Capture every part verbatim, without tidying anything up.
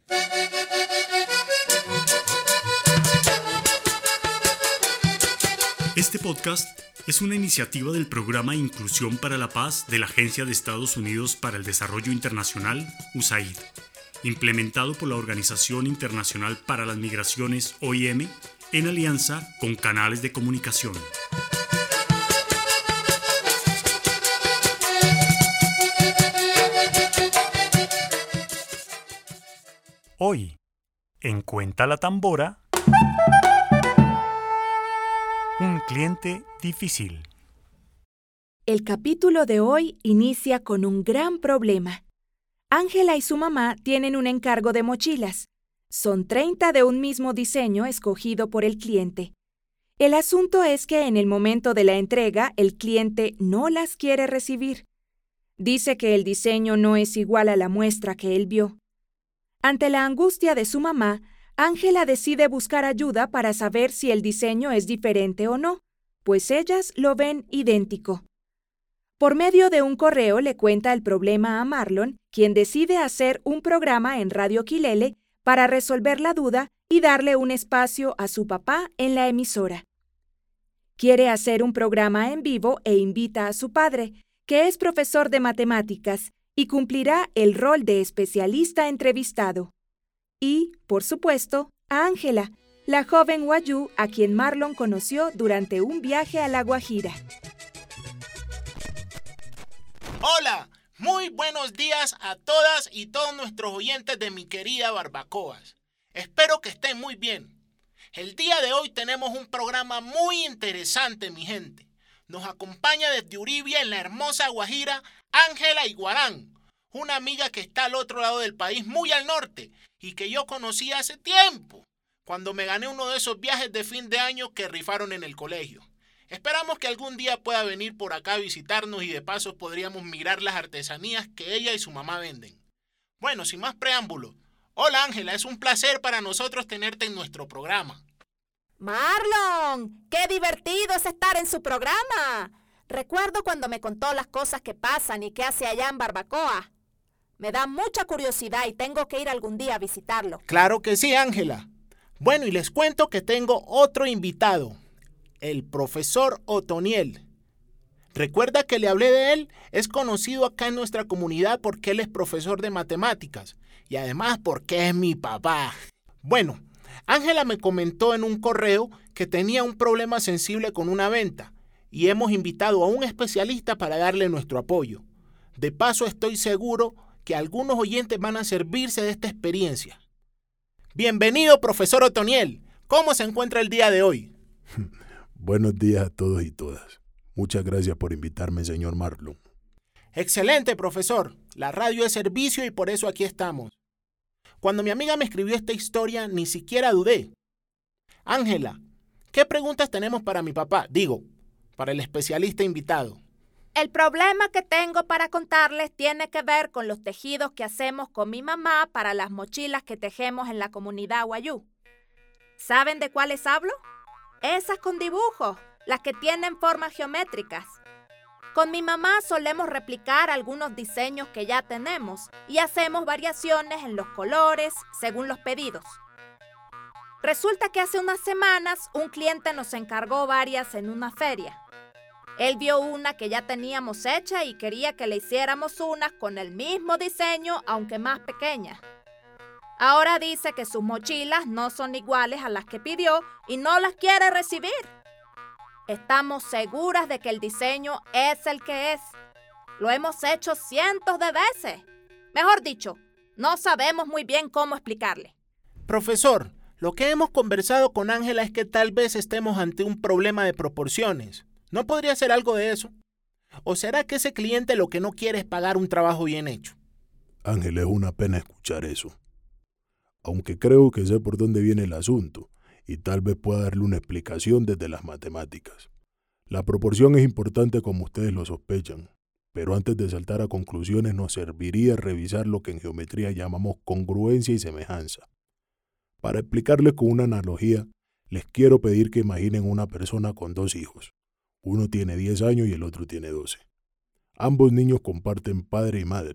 Este podcast es una iniciativa del Programa Inclusión para la Paz de la Agencia de Estados Unidos para el Desarrollo Internacional, U S A I D, implementado por la Organización Internacional para las Migraciones, O I M, en alianza con canales de comunicación. Hoy, en Cuenta la Tambora, un cliente difícil. El capítulo de hoy inicia con un gran problema. Ángela y su mamá tienen un encargo de mochilas. Son treinta de un mismo diseño escogido por el cliente. El asunto es que en el momento de la entrega, el cliente no las quiere recibir. Dice que el diseño no es igual a la muestra que él vio. Ante la angustia de su mamá, Ángela decide buscar ayuda para saber si el diseño es diferente o no, pues ellas lo ven idéntico. Por medio de un correo le cuenta el problema a Marlon, quien decide hacer un programa en Radio Kilele para resolver la duda y darle un espacio a su papá en la emisora. Quiere hacer un programa en vivo e invita a su padre, que es profesor de matemáticas, y cumplirá el rol de especialista entrevistado. Y, por supuesto, a Ángela, la joven wayúu a quien Marlon conoció durante un viaje a La Guajira. Hola, muy buenos días a todas y todos nuestros oyentes de mi querida Barbacoas. Espero que estén muy bien. El día de hoy tenemos un programa muy interesante, mi gente. Nos acompaña desde Uribia, en la hermosa Guajira, Ángela Iguarán, una amiga que está al otro lado del país, muy al norte, y que yo conocí hace tiempo, cuando me gané uno de esos viajes de fin de año que rifaron en el colegio. Esperamos que algún día pueda venir por acá a visitarnos y de paso podríamos mirar las artesanías que ella y su mamá venden. Bueno, sin más preámbulo, hola Ángela, es un placer para nosotros tenerte en nuestro programa. Marlon, qué divertido es estar en su programa. Recuerdo cuando me contó las cosas que pasan y qué hace allá en Barbacoa. Me da mucha curiosidad y tengo que ir algún día a visitarlo. Claro que sí, Ángela. Bueno, y les cuento que tengo otro invitado, el profesor Otoniel. Recuerda que le hablé de él, es conocido acá en nuestra comunidad porque él es profesor de matemáticas y además porque es mi papá. Bueno, Ángela me comentó en un correo que tenía un problema sensible con una venta y hemos invitado a un especialista para darle nuestro apoyo. De paso, estoy seguro que algunos oyentes van a servirse de esta experiencia. Bienvenido, profesor Otoniel. ¿Cómo se encuentra el día de hoy? Buenos días a todos y todas. Muchas gracias por invitarme, señor Marlon. Excelente, profesor. La radio es servicio y por eso aquí estamos. Cuando mi amiga me escribió esta historia, ni siquiera dudé. Ángela, ¿qué preguntas tenemos para mi papá? Digo, para el especialista invitado. El problema que tengo para contarles tiene que ver con los tejidos que hacemos con mi mamá para las mochilas que tejemos en la comunidad wayúu. ¿Saben de cuáles hablo? Esas con dibujos, las que tienen formas geométricas. Con mi mamá solemos replicar algunos diseños que ya tenemos y hacemos variaciones en los colores según los pedidos. Resulta que hace unas semanas un cliente nos encargó varias en una feria. Él vio una que ya teníamos hecha y quería que le hiciéramos unas con el mismo diseño, aunque más pequeñas. Ahora dice que sus mochilas no son iguales a las que pidió y no las quiere recibir. Estamos seguras de que el diseño es el que es. Lo hemos hecho cientos de veces. Mejor dicho, no sabemos muy bien cómo explicarle. Profesor, lo que hemos conversado con Ángela es que tal vez estemos ante un problema de proporciones. ¿No podría ser algo de eso? ¿O será que ese cliente lo que no quiere es pagar un trabajo bien hecho? Ángela, es una pena escuchar eso. Aunque creo que sé por dónde viene el asunto y tal vez pueda darle una explicación desde las matemáticas. La proporción es importante como ustedes lo sospechan, pero antes de saltar a conclusiones nos serviría revisar lo que en geometría llamamos congruencia y semejanza. Para explicarles con una analogía, les quiero pedir que imaginen una persona con dos hijos. Uno tiene diez años y el otro tiene doce. Ambos niños comparten padre y madre.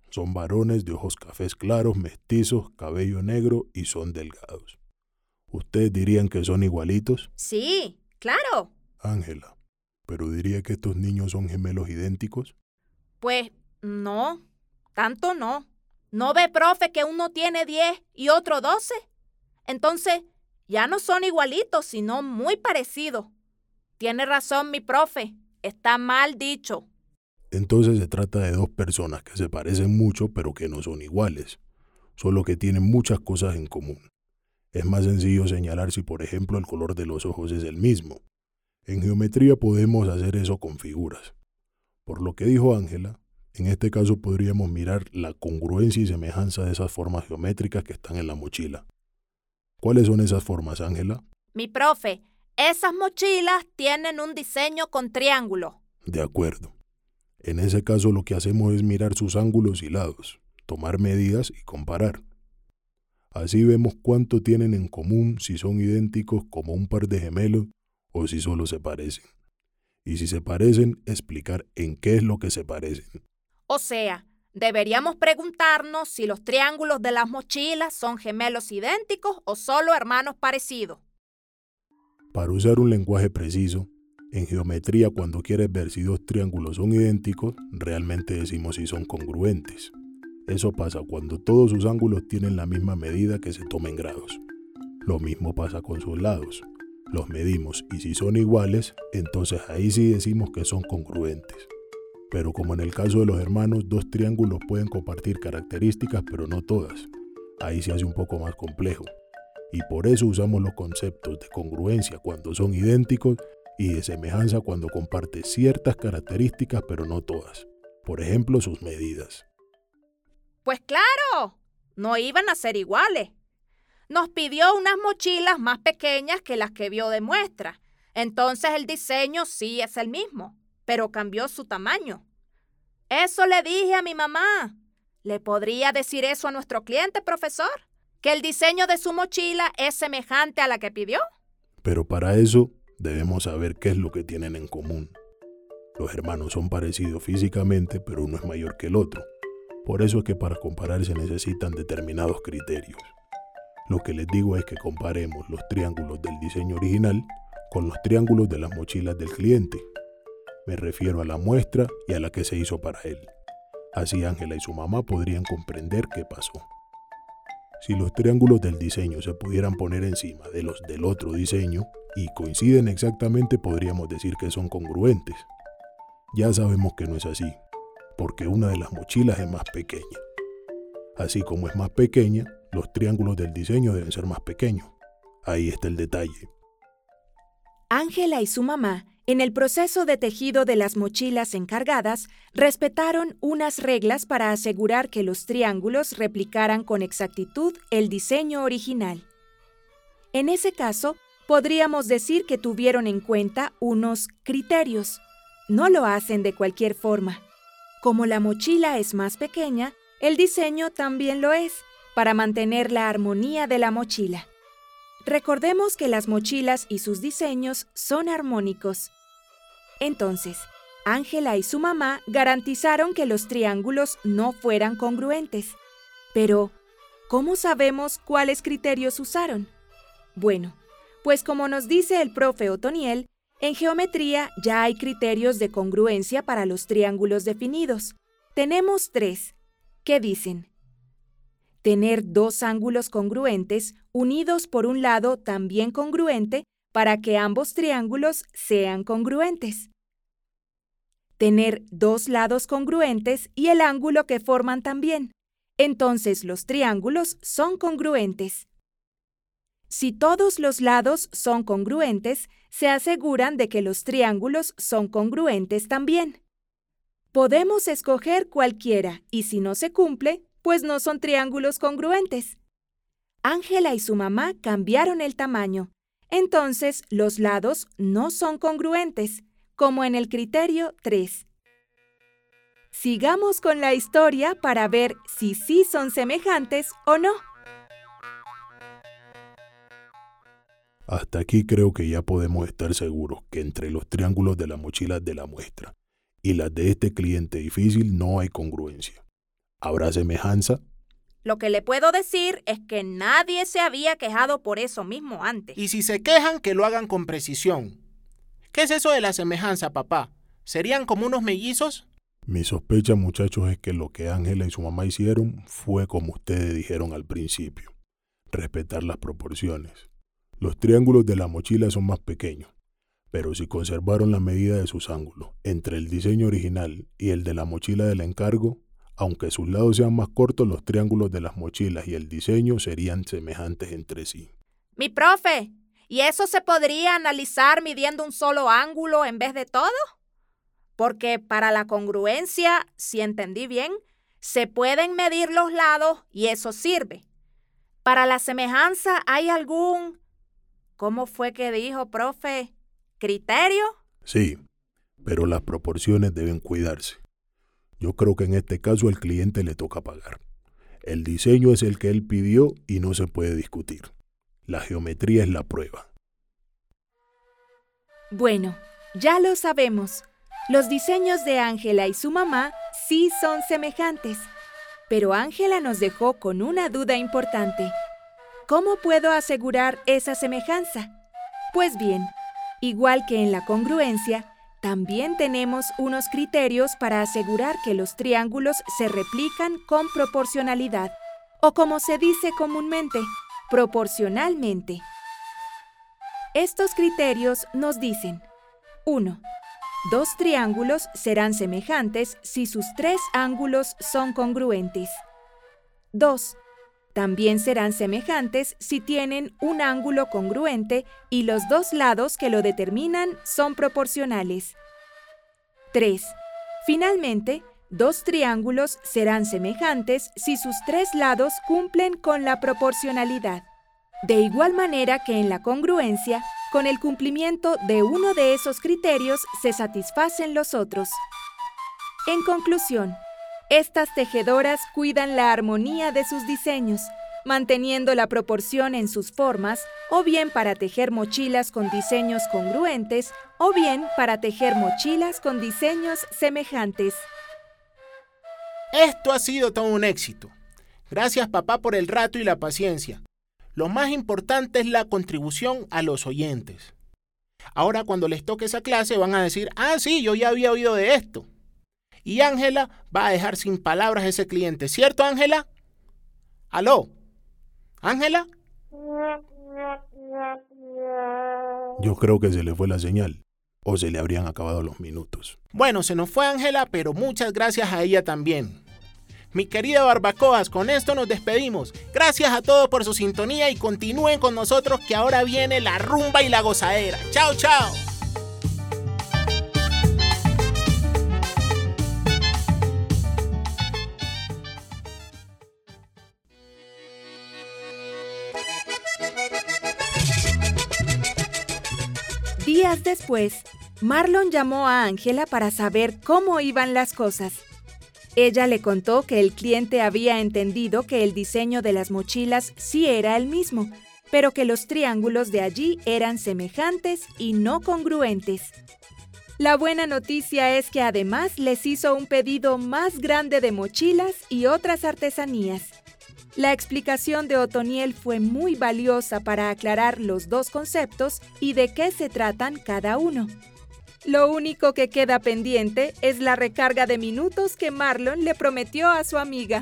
Son varones de ojos cafés claros, mestizos, cabello negro y son delgados. ¿Ustedes dirían que son igualitos? Sí, claro. Ángela, ¿pero diría que estos niños son gemelos idénticos? Pues no, tanto no. ¿No ve, profe, que uno tiene diez y otro doce? Entonces, ya no son igualitos, sino muy parecidos. Tiene razón mi profe, está mal dicho. Entonces se trata de dos personas que se parecen mucho pero que no son iguales, solo que tienen muchas cosas en común. Es más sencillo señalar si, por ejemplo, el color de los ojos es el mismo. En geometría podemos hacer eso con figuras. Por lo que dijo Ángela, en este caso podríamos mirar la congruencia y semejanza de esas formas geométricas que están en la mochila. ¿Cuáles son esas formas, Ángela? Mi profe, esas mochilas tienen un diseño con triángulo. De acuerdo. En ese caso lo que hacemos es mirar sus ángulos y lados, tomar medidas y comparar. Así vemos cuánto tienen en común, si son idénticos como un par de gemelos o si solo se parecen. Y si se parecen, explicar en qué es lo que se parecen. O sea, deberíamos preguntarnos si los triángulos de las mochilas son gemelos idénticos o solo hermanos parecidos. Para usar un lenguaje preciso, en geometría cuando quieres ver si dos triángulos son idénticos, realmente decimos si son congruentes. Eso pasa cuando todos sus ángulos tienen la misma medida que se toma en grados. Lo mismo pasa con sus lados. Los medimos y si son iguales, entonces ahí sí decimos que son congruentes. Pero como en el caso de los hermanos, dos triángulos pueden compartir características, pero no todas. Ahí se hace un poco más complejo. Y por eso usamos los conceptos de congruencia cuando son idénticos y de semejanza cuando comparten ciertas características, pero no todas. Por ejemplo, sus medidas. Pues claro, no iban a ser iguales. Nos pidió unas mochilas más pequeñas que las que vio de muestra. Entonces el diseño sí es el mismo, pero cambió su tamaño. Eso le dije a mi mamá. ¿Le podría decir eso a nuestro cliente, profesor? ¿Que el diseño de su mochila es semejante a la que pidió? Pero para eso debemos saber qué es lo que tienen en común. Los hermanos son parecidos físicamente, pero uno es mayor que el otro. Por eso es que para comparar se necesitan determinados criterios. Lo que les digo es que comparemos los triángulos del diseño original con los triángulos de las mochilas del cliente. Me refiero a la muestra y a la que se hizo para él. Así Ángela y su mamá podrían comprender qué pasó. Si los triángulos del diseño se pudieran poner encima de los del otro diseño y coinciden exactamente, podríamos decir que son congruentes. Ya sabemos que no es así, porque una de las mochilas es más pequeña. Así como es más pequeña, los triángulos del diseño deben ser más pequeños. Ahí está el detalle. Ángela y su mamá, en el proceso de tejido de las mochilas encargadas, respetaron unas reglas para asegurar que los triángulos replicaran con exactitud el diseño original. En ese caso, podríamos decir que tuvieron en cuenta unos criterios. No lo hacen de cualquier forma. Como la mochila es más pequeña, el diseño también lo es, para mantener la armonía de la mochila. Recordemos que las mochilas y sus diseños son armónicos. Entonces, Ángela y su mamá garantizaron que los triángulos no fueran congruentes. Pero, ¿cómo sabemos cuáles criterios usaron? Bueno, pues como nos dice el profe Otoniel, en geometría ya hay criterios de congruencia para los triángulos definidos. Tenemos tres. ¿Qué dicen? Tener dos ángulos congruentes unidos por un lado también congruente para que ambos triángulos sean congruentes. Tener dos lados congruentes y el ángulo que forman también. Entonces los triángulos son congruentes. Si todos los lados son congruentes, se aseguran de que los triángulos son congruentes también. Podemos escoger cualquiera y si no se cumple, pues no son triángulos congruentes. Ángela y su mamá cambiaron el tamaño. Entonces, los lados no son congruentes, como en el criterio tres. Sigamos con la historia para ver si sí son semejantes o no. Hasta aquí creo que ya podemos estar seguros que entre los triángulos de las mochilas de la muestra y las de este cliente difícil no hay congruencia. ¿Habrá semejanza? Lo que le puedo decir es que nadie se había quejado por eso mismo antes. Y si se quejan, que lo hagan con precisión. ¿Qué es eso de la semejanza, papá? ¿Serían como unos mellizos? Mi sospecha, muchachos, es que lo que Ángela y su mamá hicieron fue como ustedes dijeron al principio: respetar las proporciones. Los triángulos de la mochila son más pequeños, pero si conservaron la medida de sus ángulos entre el diseño original y el de la mochila del encargo, aunque sus lados sean más cortos, los triángulos de las mochilas y el diseño serían semejantes entre sí. Mi profe, ¿y eso se podría analizar midiendo un solo ángulo en vez de todo? Porque para la congruencia, si entendí bien, se pueden medir los lados y eso sirve. Para la semejanza, ¿hay algún, cómo fue que dijo, profe, criterio? Sí, pero las proporciones deben cuidarse. Yo creo que en este caso al cliente le toca pagar. El diseño es el que él pidió y no se puede discutir. La geometría es la prueba. Bueno, ya lo sabemos. Los diseños de Ángela y su mamá sí son semejantes. Pero Ángela nos dejó con una duda importante. ¿Cómo puedo asegurar esa semejanza? Pues bien, igual que en la congruencia, también tenemos unos criterios para asegurar que los triángulos se replican con proporcionalidad, o como se dice comúnmente, proporcionalmente. Estos criterios nos dicen: uno. Dos triángulos serán semejantes si sus tres ángulos son congruentes. dos. También serán semejantes si tienen un ángulo congruente y los dos lados que lo determinan son proporcionales. tres. Finalmente, dos triángulos serán semejantes si sus tres lados cumplen con la proporcionalidad. De igual manera que en la congruencia, con el cumplimiento de uno de esos criterios se satisfacen los otros. En conclusión, estas tejedoras cuidan la armonía de sus diseños, manteniendo la proporción en sus formas, o bien para tejer mochilas con diseños congruentes, o bien para tejer mochilas con diseños semejantes. Esto ha sido todo un éxito. Gracias, papá, por el rato y la paciencia. Lo más importante es la contribución a los oyentes. Ahora, cuando les toque esa clase, van a decir: ah, sí, yo ya había oído de esto. Y Ángela va a dejar sin palabras a ese cliente. ¿Cierto, Ángela? ¿Aló? ¿Ángela? Yo creo que se le fue la señal, o se le habrían acabado los minutos. Bueno, se nos fue Ángela, pero muchas gracias a ella también. Mi querida Barbacoas, con esto nos despedimos. Gracias a todos por su sintonía y continúen con nosotros, que ahora viene la rumba y la gozadera. ¡Chao, chao! Días después, Marlon llamó a Ángela para saber cómo iban las cosas. Ella le contó que el cliente había entendido que el diseño de las mochilas sí era el mismo, pero que los triángulos de allí eran semejantes y no congruentes. La buena noticia es que además les hizo un pedido más grande de mochilas y otras artesanías. La explicación de Otoniel fue muy valiosa para aclarar los dos conceptos y de qué se tratan cada uno. Lo único que queda pendiente es la recarga de minutos que Marlon le prometió a su amiga.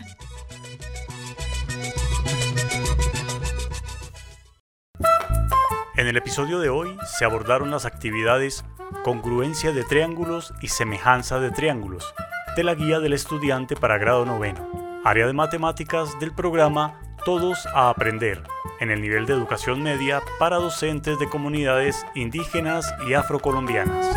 En el episodio de hoy se abordaron las actividades Congruencia de triángulos y Semejanza de triángulos, de la guía del estudiante para grado noveno, área de matemáticas del programa Todos a Aprender, en el nivel de educación media para docentes de comunidades indígenas y afrocolombianas.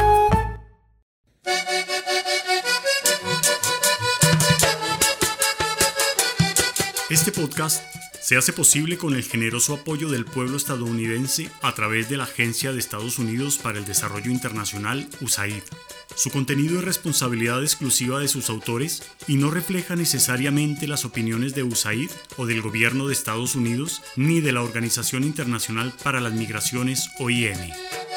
Este podcast se hace posible con el generoso apoyo del pueblo estadounidense a través de la Agencia de Estados Unidos para el Desarrollo Internacional, U S A I D. Su contenido es responsabilidad exclusiva de sus autores y no refleja necesariamente las opiniones de U S A I D o del Gobierno de Estados Unidos ni de la Organización Internacional para las Migraciones, O I M.